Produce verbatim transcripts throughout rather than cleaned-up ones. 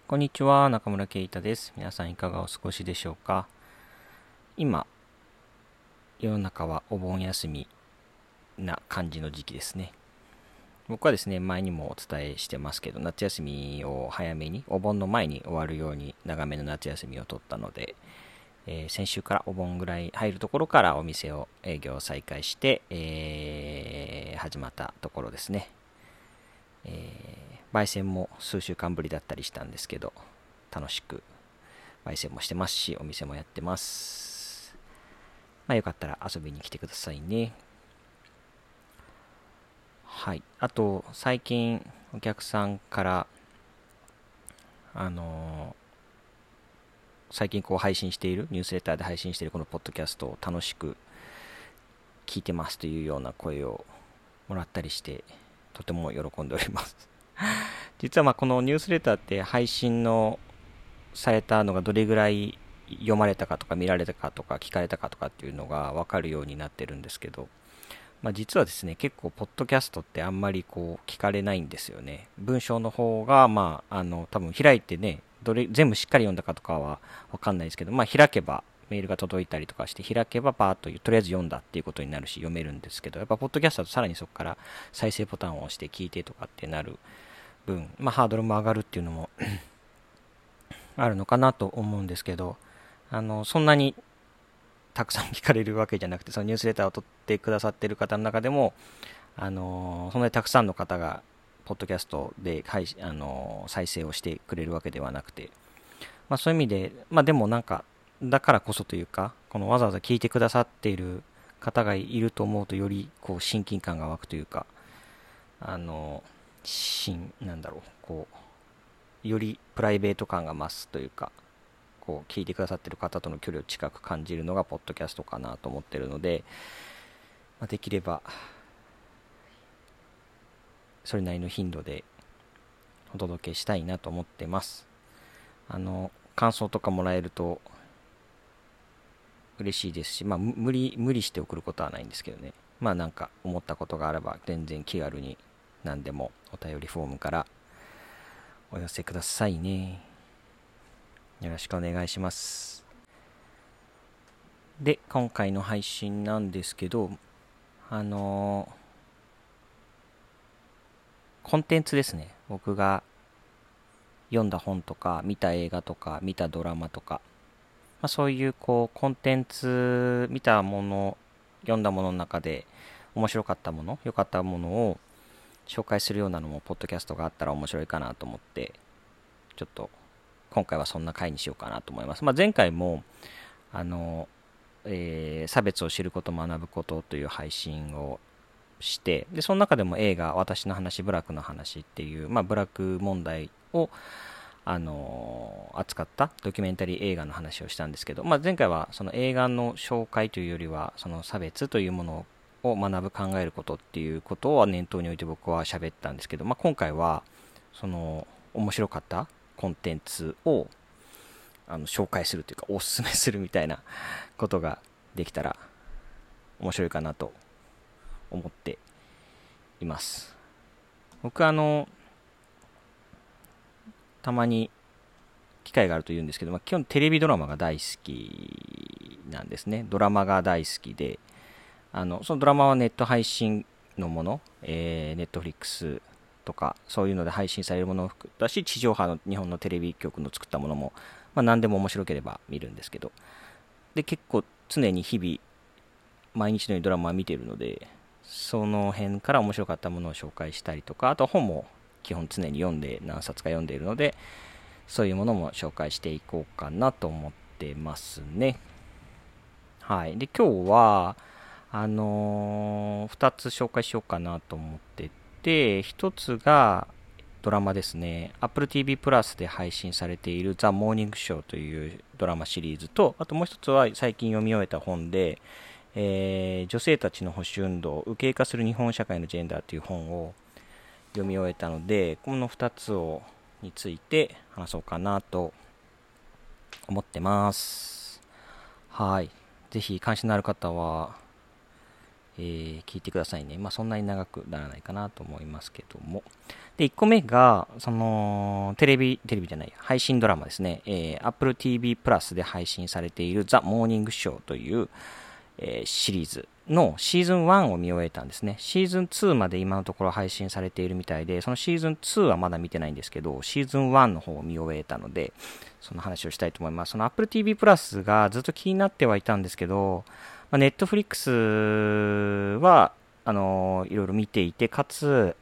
こんにちは、中村圭太です。皆さんいかがお過ごしでしょうか。今、世の中はお盆休みな感じの時期ですね。僕はですね、前にもお伝えしてますけど、夏休みを早めに、お盆の前に終わるように長めの夏休みを取ったので、えー先週からお盆ぐらい入るところからお店を営業再開して、えー始まったところですね。えー焙煎も数週間ぶりだったりしたんですけど、楽しく焙煎もしてますし、お店もやってます。まあよかったら遊びに来てくださいね。はい。あと、最近お客さんから、あのー最近こう配信している、ニュースレターで配信しているこのポッドキャストを楽しく聞いてますというような声をもらったりして、とても喜んでおります。実はまあこのニュースレターって配信のされたのがどれぐらい読まれたかとか見られたかとか聞かれたかとかっていうのが分かるようになってるんですけど、まあ、実はですね結構ポッドキャストってあんまりこう聞かれないんですよね。文章の方がまああの多分開いてねどれ全部しっかり読んだかとかは分かんないですけど、まあ開けばメールが届いたりとかして開けばパーッととりあえず読んだっていうことになるし読めるんですけど、やっぱポッドキャストだとさらにそこから再生ボタンを押して聞いてとかってなる分、まあ、ハードルも上がるっていうのもあるのかなと思うんですけど、あのそんなにたくさん聞かれるわけじゃなくて、そのニュースレターを取ってくださっている方の中でも、あのそんなにたくさんの方がポッドキャストで、はい、あの再生をしてくれるわけではなくて、まあ、そういう意味で、まあ、でもなんかだからこそというか、このわざわざ聞いてくださっている方がいると思うとよりこう親近感が湧くというか、あの親なんだろうこうよりプライベート感が増すというか、こう聞いてくださっている方との距離を近く感じるのがポッドキャストかなと思っているので、まあ、できればそれなりの頻度でお届けしたいなと思ってます。あの感想とかもらえると嬉しいですし、まあ無理無理して送ることはないんですけどね、まあなんか思ったことがあれば全然気軽に何でもお便りフォームからお寄せくださいね。よろしくお願いします。で、今回の配信なんですけど、あのーコンテンツですね。僕が読んだ本とか、見た映画とか、見たドラマとか、まあ、そういうこうコンテンツ、見たもの、読んだものの中で面白かったもの、良かったものを紹介するようなのも、ポッドキャストがあったら面白いかなと思って、ちょっと今回はそんな回にしようかなと思います。まあ、前回も、あの、えー差別を知ること、学ぶことという配信をして、でその中でも映画「私の話ブラックの話」っていう、まあ、ブラック問題を、あのー扱ったドキュメンタリー映画の話をしたんですけど、まあ、前回はその映画の紹介というよりはその差別というものを学ぶ考えることっていうことを念頭に置いて僕は喋ったんですけど、まあ、今回はその面白かったコンテンツをあの紹介するというかおすすめするみたいなことができたら面白いかなと思っています。僕はあのたまに機会があると言うんですけど、まあ、基本テレビドラマが大好きなんですね。ドラマが大好きで、あのそのドラマはネット配信のもの、えー、ネットフリックスとかそういうので配信されるものだし、地上波の日本のテレビ局の作ったものも、まあ、何でも面白ければ見るんですけど、で結構常に日々毎日のようにドラマを見ているので、その辺から面白かったものを紹介したりとか、あと本も基本常に読んで何冊か読んでいるので、そういうものも紹介していこうかなと思ってますね。はい。で、今日は、あのー、ふたつ紹介しようかなと思ってて、ひとつがドラマですね。Apple ティーブイ プラスで配信されているザ・モーニングショーというドラマシリーズと、あともうひとつは最近読み終えた本で、えー女性たちの保守運動、右傾化する日本社会のジェンダーという本を読み終えたので、このふたつをについて話そうかなと思ってます。はい。ぜひ関心のある方は、 えー、聞いてくださいね。まあそんなに長くならないかなと思いますけども。で、いっこめが、その、テレビ、テレビじゃない、配信ドラマですね。えー、Apple ティーブイ プラスで配信されているザ・モーニングショーという、えー、シリーズのシーズンワンを見終えたんですね。シーズンツーまで今のところ配信されているみたいで、そのシーズンツーはまだ見てないんですけど、シーズンワンの方を見終えたので、その話をしたいと思います。その Apple ティーブイ プラスがずっと気になってはいたんですけど、まあ、Netflix は、あのー、いろいろ見ていて、かつ、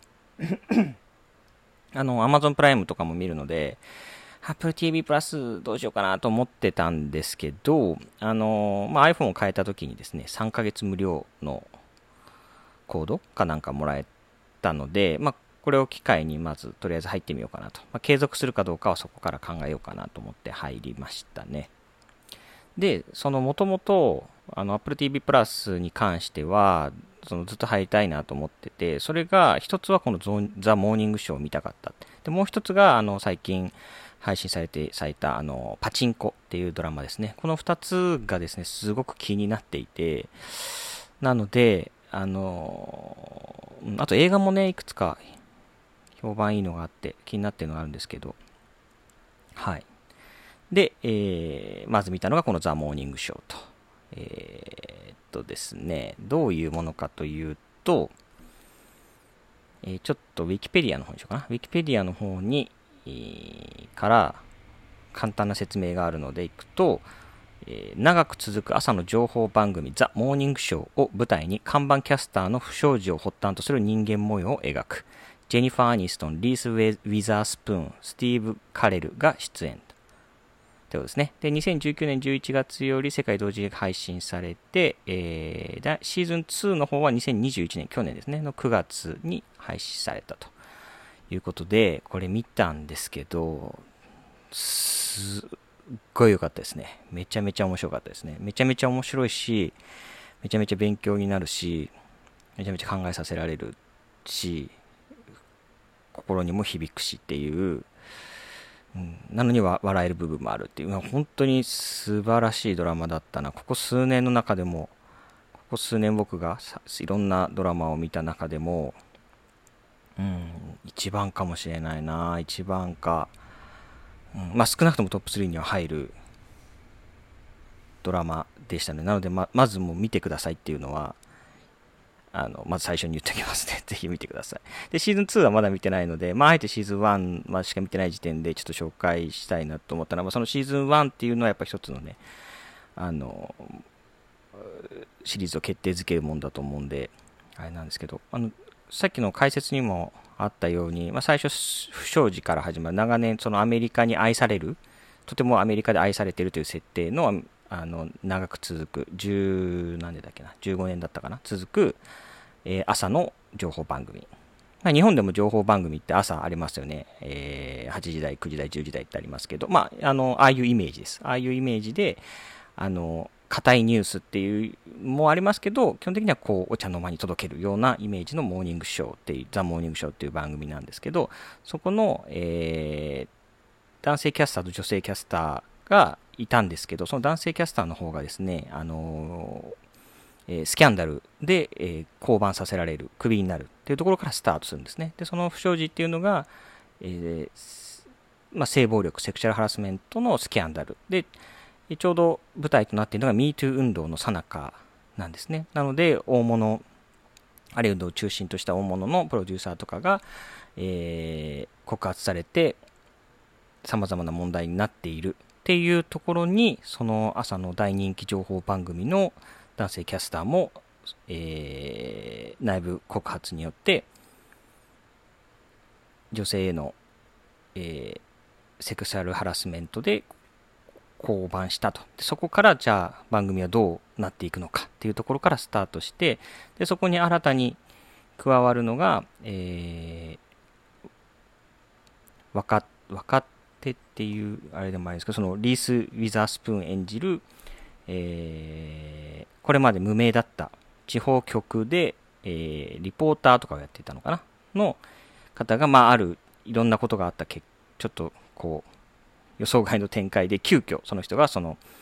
あの、Amazon プライムとかも見るので、Apple ティーブイ プラスどうしようかなと思ってたんですけど、あの、まあ、iPhone を変えた時にですね、さんかげつ無料のコードかなんかもらえたので、まあ、これを機会にまずとりあえず入ってみようかなと。まあ、継続するかどうかはそこから考えようかなと思って入りましたね。で、そのもともと、あの、Apple ティーブイ プラスに関しては、そのずっと入りたいなと思ってて、それが一つはこのザ・モーニングショーを見たかった。で、もう一つが、あの、最近、配信されてされたあのパチンコっていうドラマですね。このふたつがですねすごく気になっていて、なのであのあと映画もねいくつか評判いいのがあって気になってるのがあるんですけど、はいで、えー、まず見たのがこのザ・モーニングショーとえー、っとですねどういうものかというと、えー、ちょっとウィキペディアの方にしようかな。ウィキペディアの方にから簡単な説明があるのでいくと、えー、長く続く朝の情報番組ザ・モーニングショーを舞台に看板キャスターの不祥事を発端とする人間模様を描く。ジェニファー・アニストン、リース・ウィザースプーン、スティーブ・カレルが出演ということですね。で、にせんじゅうきゅうねんじゅういちがつより世界同時配信されて、えー、シーズンツーの方はにせんにじゅういちねん、去年ですね、のくがつに配信されたということで、これ見たんですけど、すっごい良かったですね。めちゃめちゃ面白かったですね。めちゃめちゃ面白いし、めちゃめちゃ勉強になるし、めちゃめちゃ考えさせられるし、心にも響くしっていう、うん、なのには笑える部分もあるっていう、本当に素晴らしいドラマだったな。ここ数年の中でも、ここ数年僕がいろんなドラマを見た中でも、うん、一番かもしれないな。一番か、うん、まあ少なくともトップスリーには入るドラマでしたね。なので ま, まずもう見てくださいっていうのはあのまず最初に言っておきますね。ぜひ見てください。でシーズンツーはまだ見てないので、まああえてシーズンワンまでしか見てない時点でちょっと紹介したいなと思ったのは、そのシーズンワンっていうのはやっぱ一つのねあのシリーズを決定づけるもんだと思うんであれなんですけど、あのさっきの解説にもあったように、まあ、最初不祥事から始まる長年そのアメリカに愛される、とてもアメリカで愛されているという設定のあの長く続くじゅう何年だっけなじゅうごねんだったかな続く、えー、朝の情報番組、まあ、日本でも情報番組って朝ありますよね、えー、はちじ台くじ台じゅうじ台ってありますけど、まあ、あのああいうイメージです。ああいうイメージであの硬いニュースっていうもありますけど、基本的にはこうお茶の間に届けるようなイメージのモーニングショーっていうザ・モーニングショーっていう番組なんですけど、そこの、えー、男性キャスターと女性キャスターがいたんですけど、その男性キャスターの方がですね、あのーえー、スキャンダルで、えー、降板させられる、クビになるっていうところからスタートするんですね。でその不祥事っていうのが、えーまあ、性暴力、セクシャルハラスメントのスキャンダルで、ちょうど舞台となっているのが ミートゥー 運動の最中なんですね。なので大物、ハリウッドを中心とした大物のプロデューサーとかが、えー、告発されて様々な問題になっているっていうところに、その朝の大人気情報番組の男性キャスターも、えー、内部告発によって女性への、えー、セクシャルハラスメントで降板したと。でそこからじゃあ番組はどうなっていくのかっていうところからスタートして、でそこに新たに加わるのが、えー、若若手っていうあれでもあるんですけど、そのリース・ウィザースプーン演じる、えー、これまで無名だった地方局で、えー、リポーターとかをやっていたのかなの方が、まああるいろんなことがあったけちょっとこう予想外の展開で急遽その人がその、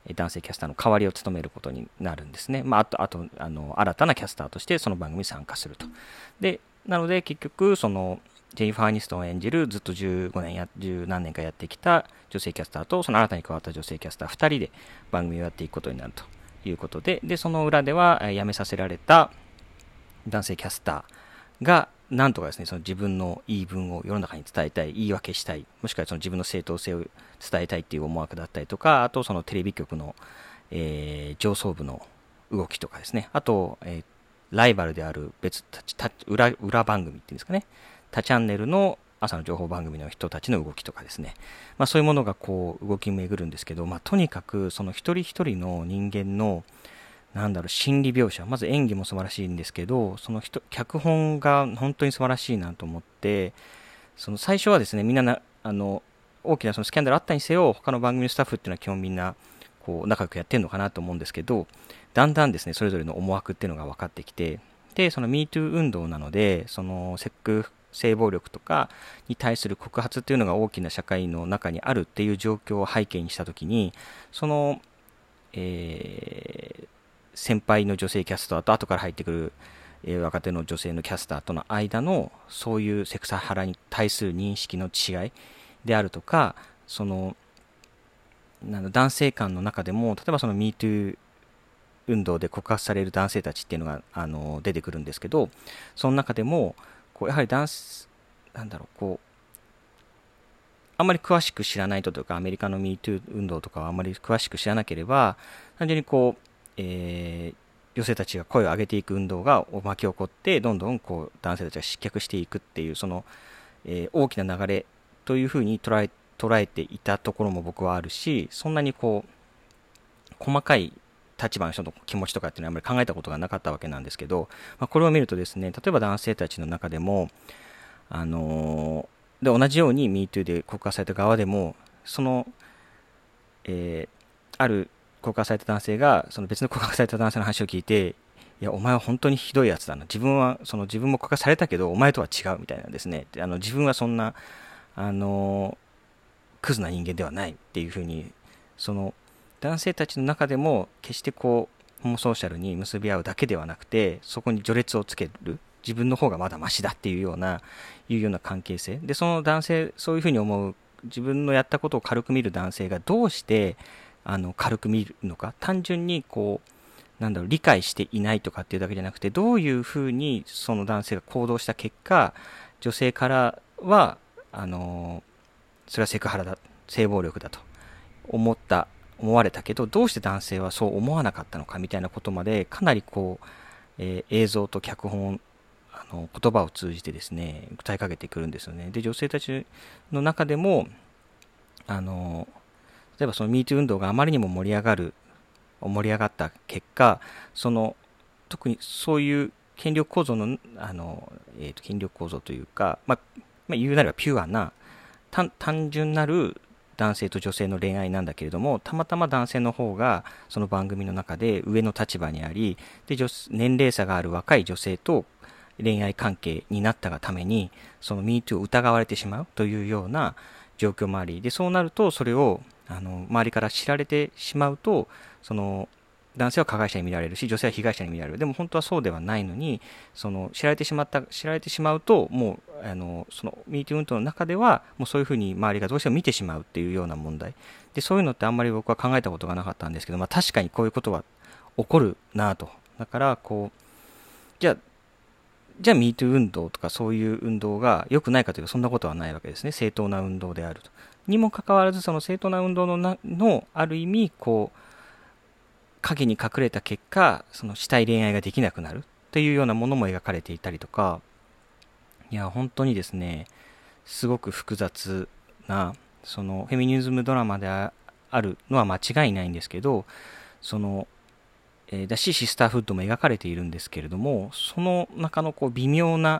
男性キャスターの代わりを務めることになるんですね。まあ、あと、あとあの新たなキャスターとしてその番組に参加すると。で、なので結局、そのジェニファー・アニストンを演じるずっとじゅうごねんや、じゅう何年かやってきた女性キャスターと、その新たに加わった女性キャスターふたりで番組をやっていくことになるということで、で、その裏では辞めさせられた男性キャスターが、なんとかですね、その自分の言い分を世の中に伝えたい、言い訳したい、もしくはその自分の正当性を伝えたいっていう思惑だったりとか、あとそのテレビ局の、えー、上層部の動きとかですね、あと、えー、ライバルである別たちた裏、裏番組っていうんですかね、他チャンネルの朝の情報番組の人たちの動きとかですね、まあ、そういうものがこう動き巡るんですけど、まあ、とにかくその一人一人の人間のなんだろう心理描写、まず演技も素晴らしいんですけど、その人脚本が本当に素晴らしいなと思って、その最初はですね、みんななあの大きなそのスキャンダルあったにせよ、他の番組のスタッフっていうのは基本みんなこう仲良くやってるのかなと思うんですけど、だんだんですねそれぞれの思惑っていうのが分かってきて、でその ミートゥー 運動なので、そのセク性暴力とかに対する告発っていうのが大きな社会の中にあるっていう状況を背景にしたときに、その、えー、先輩の女性キャスターと後から入ってくる、えー、若手の女性のキャスターとの間のそういうセクサハラに対する認識の違いであるとか、その男性間の中でも、例えばその ミートゥー 運動で告発される男性たちっていうのがあの出てくるんですけど、その中でもこうやはり男なんだろうこうあんまり詳しく知らない人とか、アメリカの ミートゥー 運動とかはあんまり詳しく知らなければ、単純にこう、えー、女性たちが声を上げていく運動が巻き起こって、どんどんこう男性たちが失脚していくっていう、その、えー、大きな流れというふうに捉え、捉えていたところも僕はあるし、そんなにこう細かい立場の人の気持ちとかっていうのはあまり考えたことがなかったわけなんですけど、まあ、これを見るとですね、例えば男性たちの中でも、あのー、で同じように ミートゥー で告発された側でも、その、えー、ある告発された男性がその別の告発された男性の話を聞いて、いやお前は本当にひどいやつだな、自分はその自分も告発されたけどお前とは違うみたいなですね、あの自分はそんなあのクズな人間ではないっていうふうに、その男性たちの中でも決してこうホモソーシャルに結び合うだけではなくて、そこに序列をつける、自分の方がまだマシだっていうようないうような関係性で、その男性、そういうふうに思う自分のやったことを軽く見る男性がどうしてあの軽く見るのか、単純にこうなんだろう理解していないとかっていうだけじゃなくて、どういうふうにその男性が行動した結果、女性からはあのそれはセクハラだ、性暴力だと思った思われたけど、どうして男性はそう思わなかったのかみたいなことまで、かなりこう、えー、映像と脚本、あの言葉を通じてですね訴えかけてくるんですよね。で女性たちの中でもあの例えばその ミートゥー 運動があまりにも盛り上がる盛り上がった結果、その特にそういう権力構造のあの、えー、と権力構造というか、まあ、まあ、言うなればピュアな単純なる男性と女性の恋愛なんだけれども、たまたま男性の方がその番組の中で上の立場にあり、で年齢差がある若い女性と恋愛関係になったがために、その ミートゥー を疑われてしまうというような状況もあり、でそうなるとそれをあの周りから知られてしまうと、その男性は加害者に見られるし、女性は被害者に見られる。でも本当はそうではないのに、その知られてしまった知られてしまうと、もうあのその ミートゥー 運動の中ではもうそういうふうに周りがどうしても見てしまうっていうような問題で、そういうのってあんまり僕は考えたことがなかったんですけど、まあ、確かにこういうことは起こるなと。だからこうじゃあじゃあ ミートゥー 運動とかそういう運動が良くないかというと、そんなことはないわけですね。正当な運動であると。にもかかわらず、その正当な運動のなのある意味こう影に隠れた結果、そのしたい恋愛ができなくなるっていうようなものも描かれていたりとか、いや本当にですね、すごく複雑なそのフェミニズムドラマであるのは間違いないんですけど、その、えー、だしシスターフッドも描かれているんですけれども、その中のこう微妙な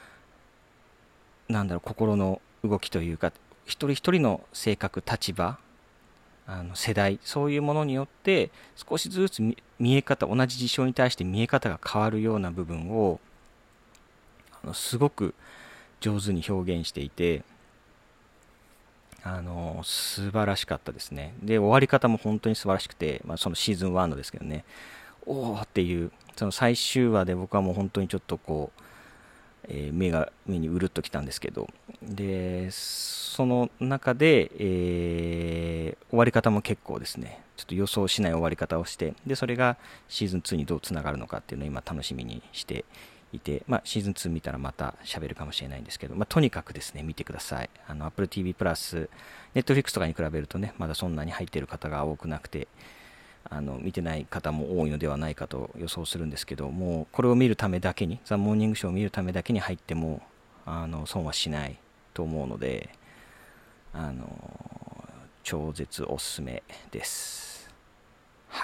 なんだろう心の動きというか、一人一人の性格、立場、あの世代、そういうものによって少しずつ見え方、同じ事象に対して見え方が変わるような部分をあのすごく上手に表現していて、 あの素晴らしかったですね。で、終わり方も本当に素晴らしくて、まあ、そのシーズンワンのですけどね、おーっていう、その最終話で僕はもう本当にちょっとこう、えー目が、目にうるっときたんですけど、で、その中で、えー終わり方も結構ですね、ちょっと予想しない終わり方をして、で、それがシーズンツーにどうつながるのかっていうのを今楽しみにしていて、まあ、シーズンツー見たらまた喋るかもしれないんですけど、まあ、とにかくですね、見てください。あの、Apple ティーブイ プラス、Netflix とかに比べるとね、まだそんなに入っている方が多くなくて、あの見てない方も多いのではないかと予想するんですけど、もうこれを見るためだけに、ザ・モーニングショーを見るためだけに入ってもあの損はしないと思うので、あの超絶おすすめです。はい。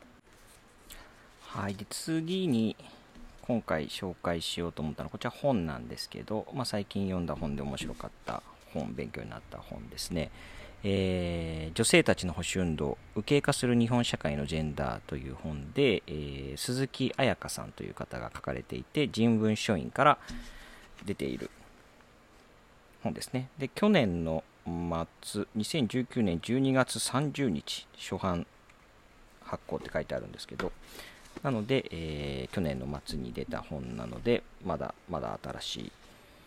はい。で、次に今回紹介しようと思ったのはこちら本なんですけど、まあ、最近読んだ本で面白かった本、勉強になった本ですね。えー女性たちの保守運動、右傾化する日本社会のジェンダーという本で、えー鈴木彩香さんという方が書かれていて、人文書院から出ている本ですね。で、去年の末、にせんじゅうきゅうねんじゅうにがつさんじゅうにち、初版発行って書いてあるんですけど、なので、えー去年の末に出た本なので、まだまだ新しい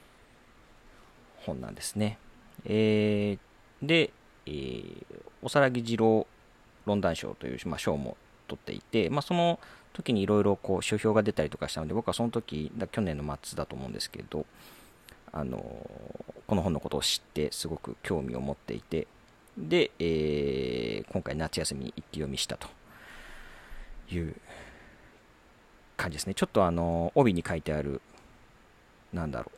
本なんですね。えーで、えー、おさらぎ二郎論壇賞という、まあ、賞も取っていて、まあ、その時にいろいろ書評が出たりとかしたので、僕はその時だ去年の末だと思うんですけど、あのこの本のことを知ってすごく興味を持っていて、で、えー今回夏休みに一気読みしたという感じですね。ちょっとあの帯に書いてある、なんだろ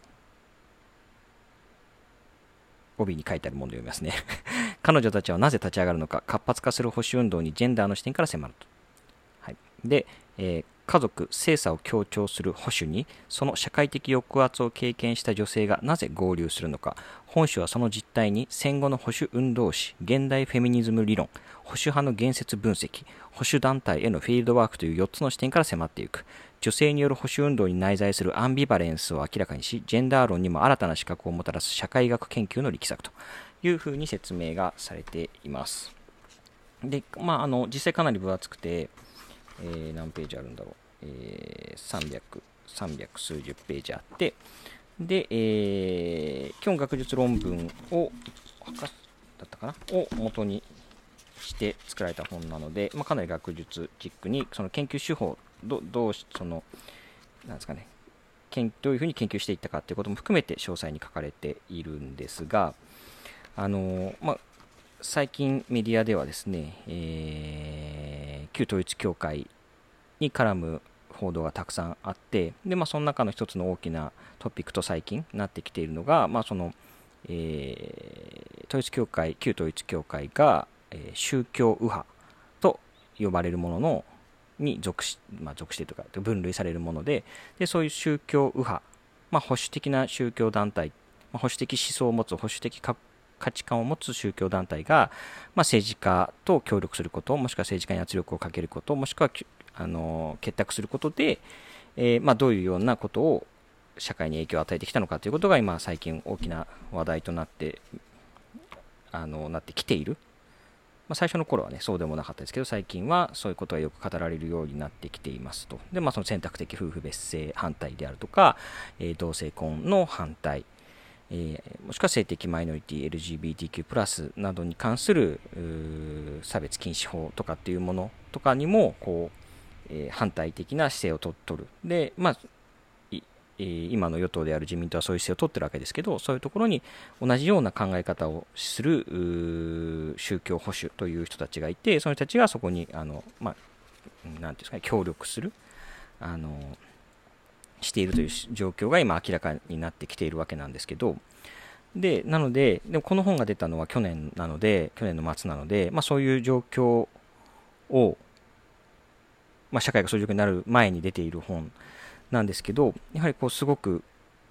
う、帯に書いてあるものを読みますね。彼女たちはなぜ立ち上がるのか、活発化する保守運動にジェンダーの視点から迫ると。はい、で、えー家族、性差を強調する保守に、その社会的抑圧を経験した女性がなぜ合流するのか、本書はその実態に戦後の保守運動史、現代フェミニズム理論、保守派の言説分析、保守団体へのフィールドワークというよっつの視点から迫っていく。女性による保守運動に内在するアンビバレンスを明らかにし、ジェンダー論にも新たな視覚をもたらす社会学研究の力作というふうに説明がされています。で、まあ、あの実際かなり分厚くて、えー何ページあるんだろう、えー、さんびゃく、さんびゃく数十ページあって、で、えー基本学術論文を、だったかなを元にして作られた本なので、まあ、かなり学術チックに、その研究手法、どどうし、その、なんですかね、研どういうふうに研究していったかということも含めて詳細に書かれているんですが、あのまあ、最近メディアではですね、えー旧統一教会に絡む報道がたくさんあって、で、まあ、その中の一つの大きなトピックと最近なってきているのが、まあ、その、えー統一教会、旧統一教会が、えー宗教右派と呼ばれるもののに属し、まあ、属してというか分類されるもので、でそういう宗教右派、まあ、保守的な宗教団体、まあ、保守的思想を持つ、保守的価値観を持つ宗教団体が、まあ、政治家と協力すること、もしくは政治家に圧力をかけること、もしくはあの結託することで、えーまあ、どういうようなことを社会に影響を与えてきたのかということが今最近大きな話題となってあのなってきている。まあ、最初の頃はねそうでもなかったですけど、最近はそういうことがよく語られるようになってきていますと。で、まあ、その選択的夫婦別姓反対であるとか、えー同性婚の反対、えーもしくは性的マイノリティ エルジービーティーキュー プラスなどに関する差別禁止法とかっていうものとかにもこう、えー反対的な姿勢をと取る。で、まあ今の与党である自民党はそういう姿勢を取ってるわけですけど、そういうところに同じような考え方をする宗教保守という人たちがいて、その人たちがそこにあの、まあ、なんていうんですかね、協力するあのしているという状況が今明らかになってきているわけなんですけど、でなので、でもこの本が出たのは去年なので、去年の末なので、まあ、そういう状況を、まあ、社会がそういう状況になる前に出ている本なんですけど、やはりこうすごく、うん、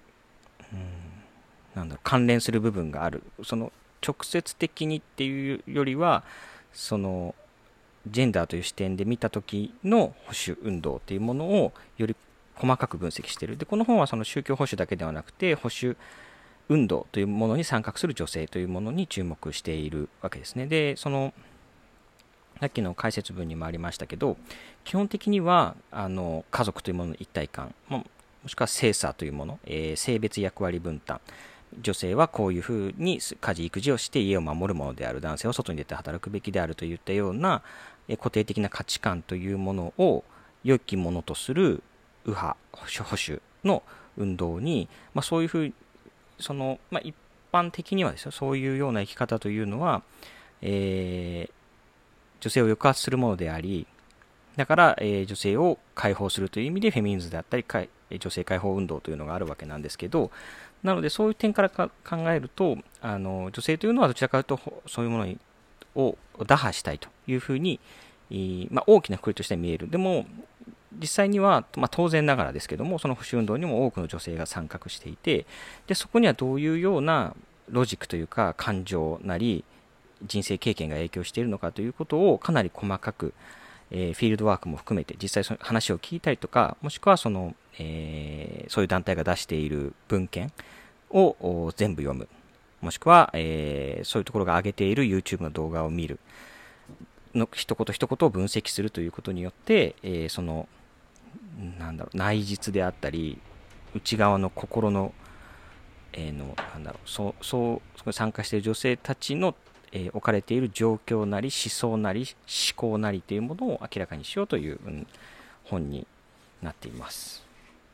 なんだろう、関連する部分がある。その直接的にっていうよりは、そのジェンダーという視点で見た時の保守運動っていうものをより細かく分析している。で、この本はその宗教保守だけではなくて、保守右運動というものに参画する女性というものに注目しているわけですね。で、そのさっきの解説文にもありましたけど、基本的にはあの家族というものの一体感、もしくは性差というもの、えー、性別役割分担、女性はこういうふうに家事育児をして家を守るものである、男性は外に出て働くべきであるといったような、えー、固定的な価値観というものを良きものとする右派保守の運動に、まあ、そういうふうその、まあ、一般的にはですよ、そういうような生き方というのは、えー女性を抑圧するものであり、だから、えー、女性を解放するという意味でフェミニズムであったり女性解放運動というのがあるわけなんですけど、なのでそういう点からか考えると、あの女性というのはどちらかというとそういうものを打破したいというふうに、まあ、大きな括りとして見える。でも実際には、まあ、当然ながらですけども、その保守運動にも多くの女性が参画していて、でそこにはどういうようなロジックというか感情なり人生経験が影響しているのかということをかなり細かく、えー、フィールドワークも含めて実際その話を聞いたりとか、もしくはその、えー、そういう団体が出している文献を全部読む、もしくは、えー、そういうところが上げている YouTube の動画を見るの一言一言を分析するということによって、えー、そのなんだろう内実であったり内側の心の、えー、のなんだろうそうそうそこに参加している女性たちのえー、置かれている状況なり思想なり思考なりというものを明らかにしようという、うん、本になっています。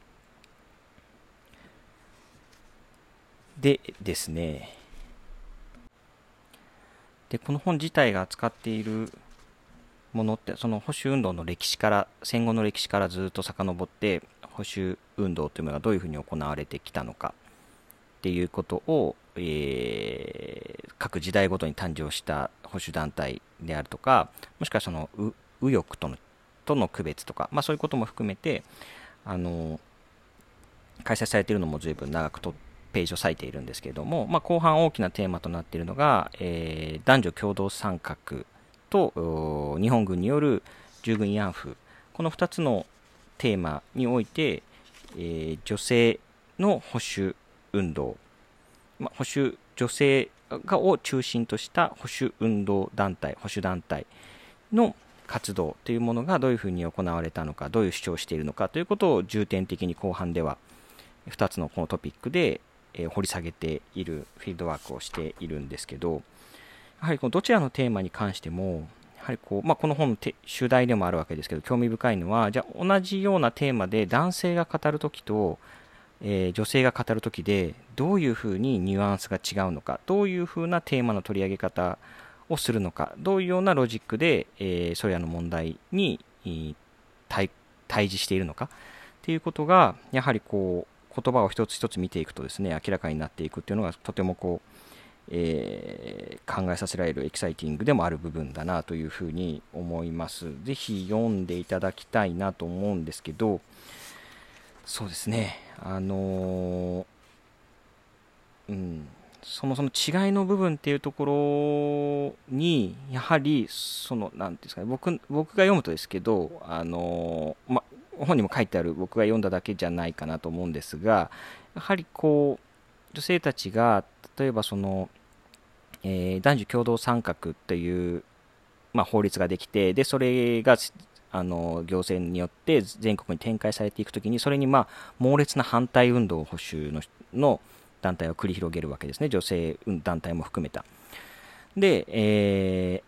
でですね、でこの本自体が扱っているものって、その保守運動の歴史から、戦後の歴史からずっと遡って保守運動というものがどういうふうに行われてきたのかっていうことを、えー、各時代ごとに誕生した保守団体であるとか、もしくはその右翼とのとの区別とか、まあ、そういうことも含めてあの開催されているのも随分長くとページを割いているんですけれども、まあ、後半大きなテーマとなっているのが、えー、男女共同参画と日本軍による従軍慰安婦、このふたつのテーマにおいて、えー、女性の保守運動、まあ、保守女性がを中心とした保守運動団体、保守団体の活動というものがどういうふうに行われたのか、どういう主張をしているのかということを重点的に後半ではふたつのこのトピックで、えー、掘り下げているフィールドワークをしているんですけど、やはりこのどちらのテーマに関してもやはりこう、まあ、この本の主題でもあるわけですけど、興味深いのは、じゃあ同じようなテーマで男性が語るときとえー、女性が語るときでどういうふうにニュアンスが違うのか、どういうふうなテーマの取り上げ方をするのか、どういうようなロジックで、えー、それらの問題に、えー、対、対峙しているのかっていうことが、やはりこう言葉を一つ一つ見ていくとですね、明らかになっていくっていうのがとてもこう、えー、考えさせられるエキサイティングでもある部分だなというふうに思います。ぜひ読んでいただきたいなと思うんですけど、そうですね、あのーうん、そもそも違いの部分っていうところにやはりそのなんですかね、僕僕が読むとですけど、あのーま、本にも書いてある、僕が読んだだけじゃないかなと思うんですが、やはりこう女性たちが例えばその、えー、男女共同参画っていう、まあ、法律ができて、でそれがあの行政によって全国に展開されていくときに、それにまあ猛烈な反対運動保守 の, の団体を繰り広げるわけですね、女性団体も含めた。で、えー、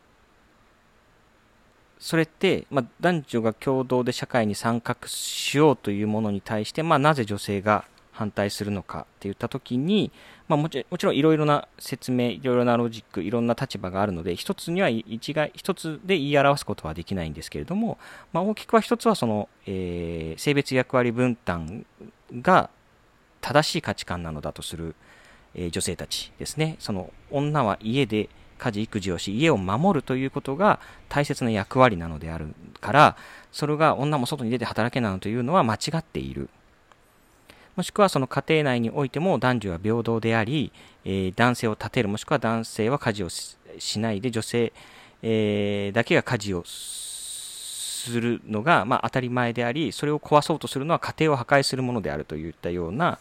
それって、まあ、男女が共同で社会に参画しようというものに対して、まあ、なぜ女性が反対するのかっていったときに、まあ、もちろんいろいろな説明、いろいろなロジック、いろんな立場があるので、一つには一概一つで言い表すことはできないんですけれども、まあ、大きくは一つはその、えー、性別役割分担が正しい価値観なのだとする、えー、女性たちですね。その女は家で家事育児をし家を守るということが大切な役割なのであるから、それが女も外に出て働けなのというのは間違っている。もしくはその家庭内においても男女は平等であり、えー、男性を立てる、もしくは男性は家事を し, しないで女性、えー、だけが家事をするのが、まあ、当たり前であり、それを壊そうとするのは家庭を破壊するものであるといったような、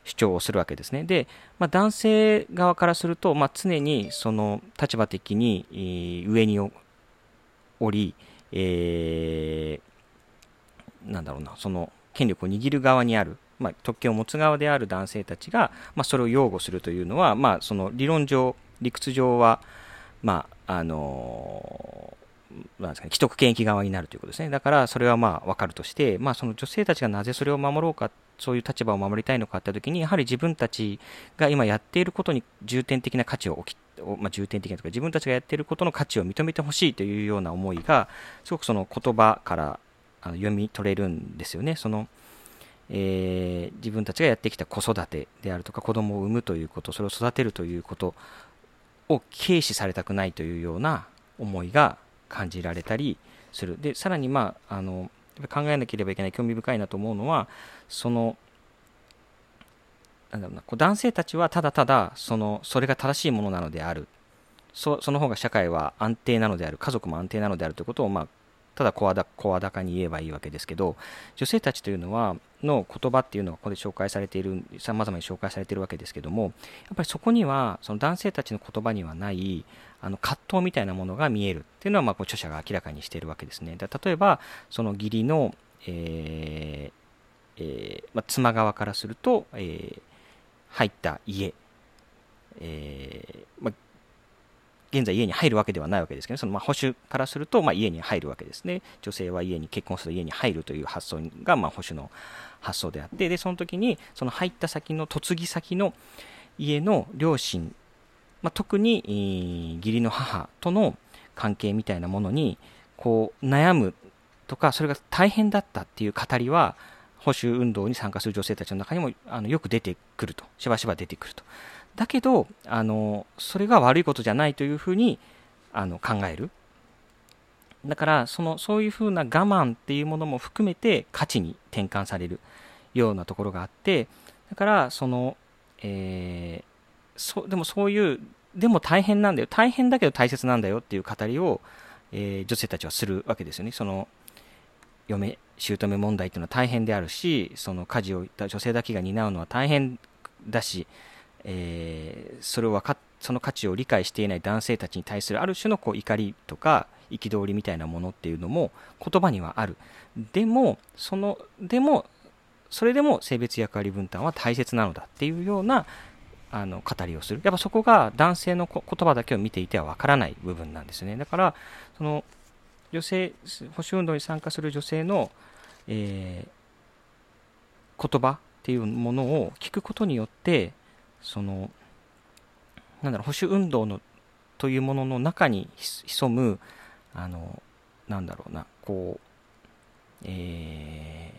主張をするわけですね。で、まあ、男性側からすると、まあ、常にその立場的に上におり、えー、なんだろうな、その権力を握る側にある、まあ、特権を持つ側である男性たちが、まあ、それを擁護するというのは、まあ、その理論上、理屈上は、まああのなんですかね、既得権益側になるということですね。だからそれはまあ分かるとして、まあ、その女性たちがなぜそれを守ろうか、そういう立場を守りたいのかってときに、やはり自分たちが今やっていることに重点的な価値を置き、まあ、重点的なとか、自分たちがやっていることの価値を認めてほしいというような思いが、すごくその言葉からあの読み取れるんですよね。そのえー、自分たちがやってきた子育てであるとか、子供を産むということ、それを育てるということを軽視されたくないというような思いが感じられたりする。でさらに、まあ、あの考えなければいけない、興味深いなと思うのは、そのなんだろうな、こう男性たちはただただそのそれが正しいものなのである、 そ, その方が社会は安定なのである、家族も安定なのであるということを、まあ、ただ声高に言えばいいわけですけど、女性たちというのはの言葉っていうのがここで紹介されている、さまざまに紹介されているわけですけども、やっぱりそこにはその男性たちの言葉にはないあの葛藤みたいなものが見えるっていうのは、まあこう著者が明らかにしているわけですね。だ例えばその義理の、えーえーまあ、妻側からすると、えー入った家、えーまあ現在家に入るわけではないわけですけど、そのまあ保守からするとまあ家に入るわけですね。女性は家に結婚すると家に入るという発想がまあ保守の発想であって、でその時にその入った先の嫁ぎ先の家の両親、まあ、特に義理の母との関係みたいなものにこう悩むとか、それが大変だったっていう語りは保守運動に参加する女性たちの中にもあのよく出てくると、しばしば出てくると。だけどあのそれが悪いことじゃないというふうにあの考える。だからそのそういうふうな我慢っていうものも含めて価値に転換されるようなところがあって、だからその、えー、そでもそういうでも大変なんだよ、大変だけど大切なんだよっていう語りを、えー、女性たちはするわけですよね。その嫁姑問題っていうのは大変であるし、その家事を女性だけが担うのは大変だし、えー、それをかその価値を理解していない男性たちに対するある種のこう怒りとか憤りみたいなものっていうのも言葉にはある。でもそのでもそれでも性別役割分担は大切なのだっていうようなあの語りをする。やっぱそこが男性の言葉だけを見ていてはわからない部分なんですね。だからその女性保守運動に参加する女性の、えー、言葉っていうものを聞くことによって、そのなんだろう、保守運動のというものの中に潜むあのなんだろうな、こう、えー、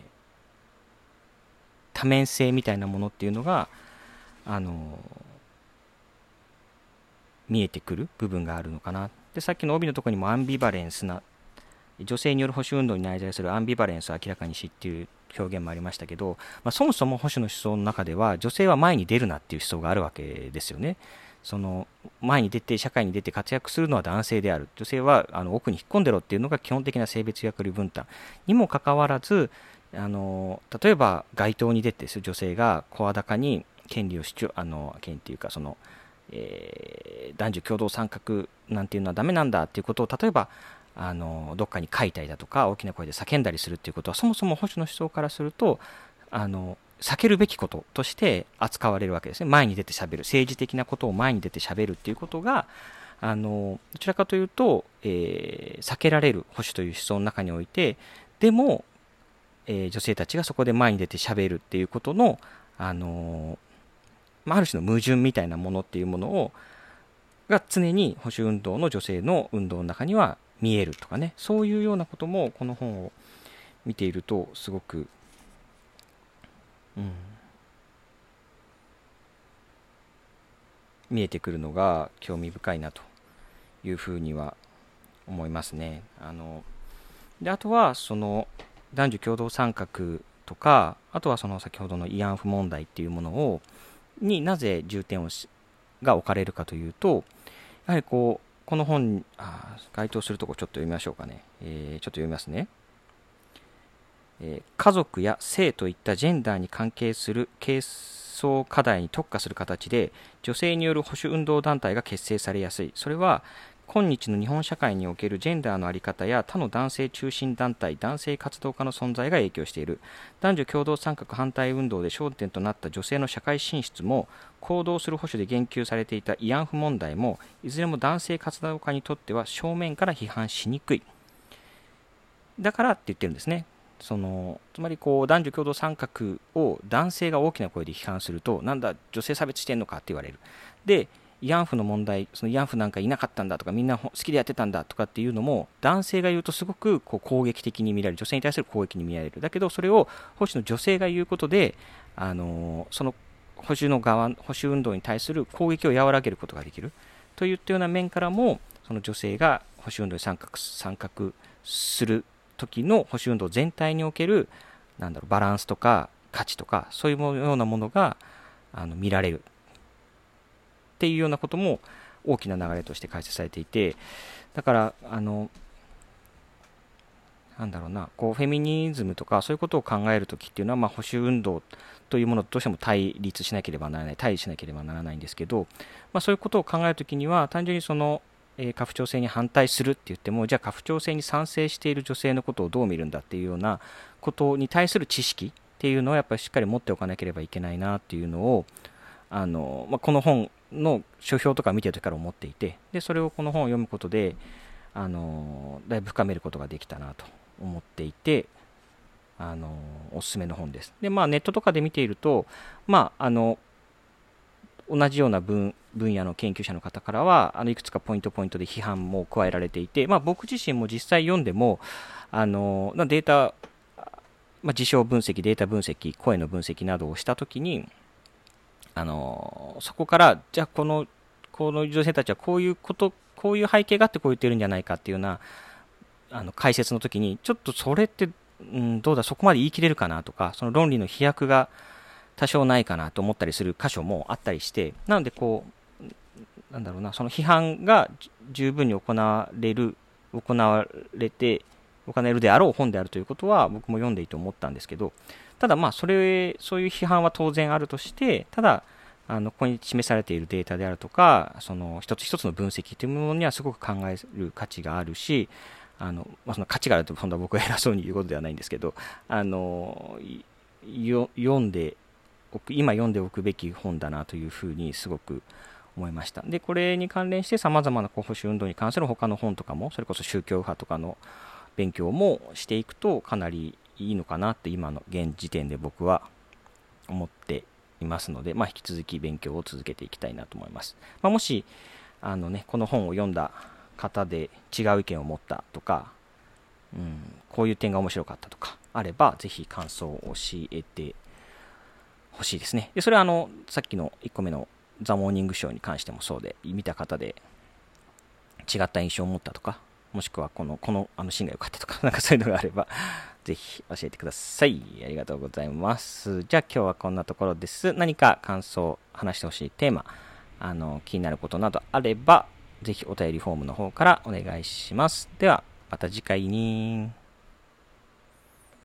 多面性みたいなものっていうのがあの見えてくる部分があるのかな。でさっきの帯のところにもアンビバレンスな、女性による保守運動に内在するアンビバレンスを明らかにしっていう表現もありましたけど、まあ、そもそも保守の思想の中では女性は前に出るなっていう思想があるわけですよね。その前に出て社会に出て活躍するのは男性である、女性はあの奥に引っ込んでろっていうのが基本的な性別役割分担にもかかわらず、あの例えば街頭に出て女性が声高に権利を主張、あの権利っていうかその、えー、男女共同参画なんていうのはダメなんだっていうことを例えばあのどっかに書いたりだとか大きな声で叫んだりするっていうことは、そもそも保守の思想からするとあの避けるべきこととして扱われるわけですね。前に出てしゃべる、政治的なことを前に出てしゃべるっていうことがあのどちらかというと、えー、避けられる保守という思想の中において、でも、えー、女性たちがそこで前に出てしゃべるっていうことの、あのまあ、ある種の矛盾みたいなものっていうものをが常に保守運動の女性の運動の中には見えるとかね、そういうようなこともこの本を見ているとすごく、うん、見えてくるのが興味深いなというふうには思いますね。あのであとはその男女共同参画とか、あとはその先ほどの慰安婦問題っていうものをになぜ重点をしが置かれるかというと、やはりこうこの本にあ該当するところちょっと読みましょうかね。えー、ちょっと読みますね。えー、家族や性といったジェンダーに関係する形争課題に特化する形で女性による保守運動団体が結成されやすい。それは今日の日本社会におけるジェンダーの在り方や他の男性中心団体、男性活動家の存在が影響している。男女共同参画反対運動で焦点となった女性の社会進出も、行動する保守で言及されていた慰安婦問題も、いずれも男性活動家にとっては正面から批判しにくい。だからって言ってるんですね。そのつまりこう男女共同参画を男性が大きな声で批判すると、なんだ女性差別してんのかって言われる。で慰安婦の問題、その慰安婦なんかいなかったんだとか、みんな好きでやってたんだとかっていうのも、男性が言うとすごくこう攻撃的に見られる、女性に対する攻撃に見られる。だけどそれを保守の女性が言うことで、あのその保守の側、保守運動に対する攻撃を和らげることができるといったような面からも、その女性が保守運動に参画、参画する時の保守運動全体におけるなんだろうバランスとか価値とか、そういうようなものがあの見られるっていうようなことも大きな流れとして解説されていて、だからあのなんだろうな、こうフェミニズムとかそういうことを考えるときっていうのは、まあ、保守運動というものとどうしても対立しなければならない、対立しなければならないんですけど、まあ、そういうことを考えるときには、単純にその、えー、家父長制に反対するって言っても、じゃあ家父長制に賛成している女性のことをどう見るんだっていうようなことに対する知識っていうのをやっぱりしっかり持っておかなければいけないなっていうのを、あの、まあ、この本の書評とか見てる時から思っていて、でそれをこの本を読むことであのだいぶ深めることができたなと思っていて、あのおすすめの本です。で、まあ、ネットとかで見ていると、まあ、あの同じような 分, 分野の研究者の方からはあのいくつかポイントポイントで批判も加えられていて、まあ、僕自身も実際読んでもあのデータ、まあ、事象分析、データ分析、声の分析などをしたときに、あのそこからじゃあこのこの女性たちはこういうこと、こういう背景があってこう言ってるんじゃないかっていうようなあの解説の時に、ちょっとそれって、うん、どうだそこまで言い切れるかなとか、その論理の飛躍が多少ないかなと思ったりする箇所もあったりして、なのでこうなんだろうな、その批判が十分に行われる行われて行われるであろう本であるということは僕も読んでいて思ったんですけど、ただまあそれそういう批判は当然あるとして、ただあのここに示されているデータであるとか、その一つ一つの分析というものにはすごく考える価値があるし、あのまあ、その価値があると今度は僕が偉そうに言うことではないんですけど、あのよ読んでおく今読んでおくべき本だなというふうにすごく思いました。でこれに関連してさまざまな保守運動に関する他の本とかも、それこそ宗教派とかの勉強もしていくとかなりいいのかなって今の現時点で僕は思っていますので、まあ、引き続き勉強を続けていきたいなと思います。まあ、もしあの、ね、この本を読んだ方で違う意見を持ったとか、うん、こういう点が面白かったとかあれば、ぜひ感想を教えてほしいですね。でそれはあのさっきのいっこめのザ・モーニングショーに関してもそうで、見た方で違った印象を持ったとか、もしくはこのこのあのシーンが良かったとか、なんかそういうのがあればぜひ教えてください。ありがとうございます。じゃあ今日はこんなところです。何か感想、話してほしいテーマ、あの気になることなどあれば、ぜひお便りフォームの方からお願いします。ではまた次回に。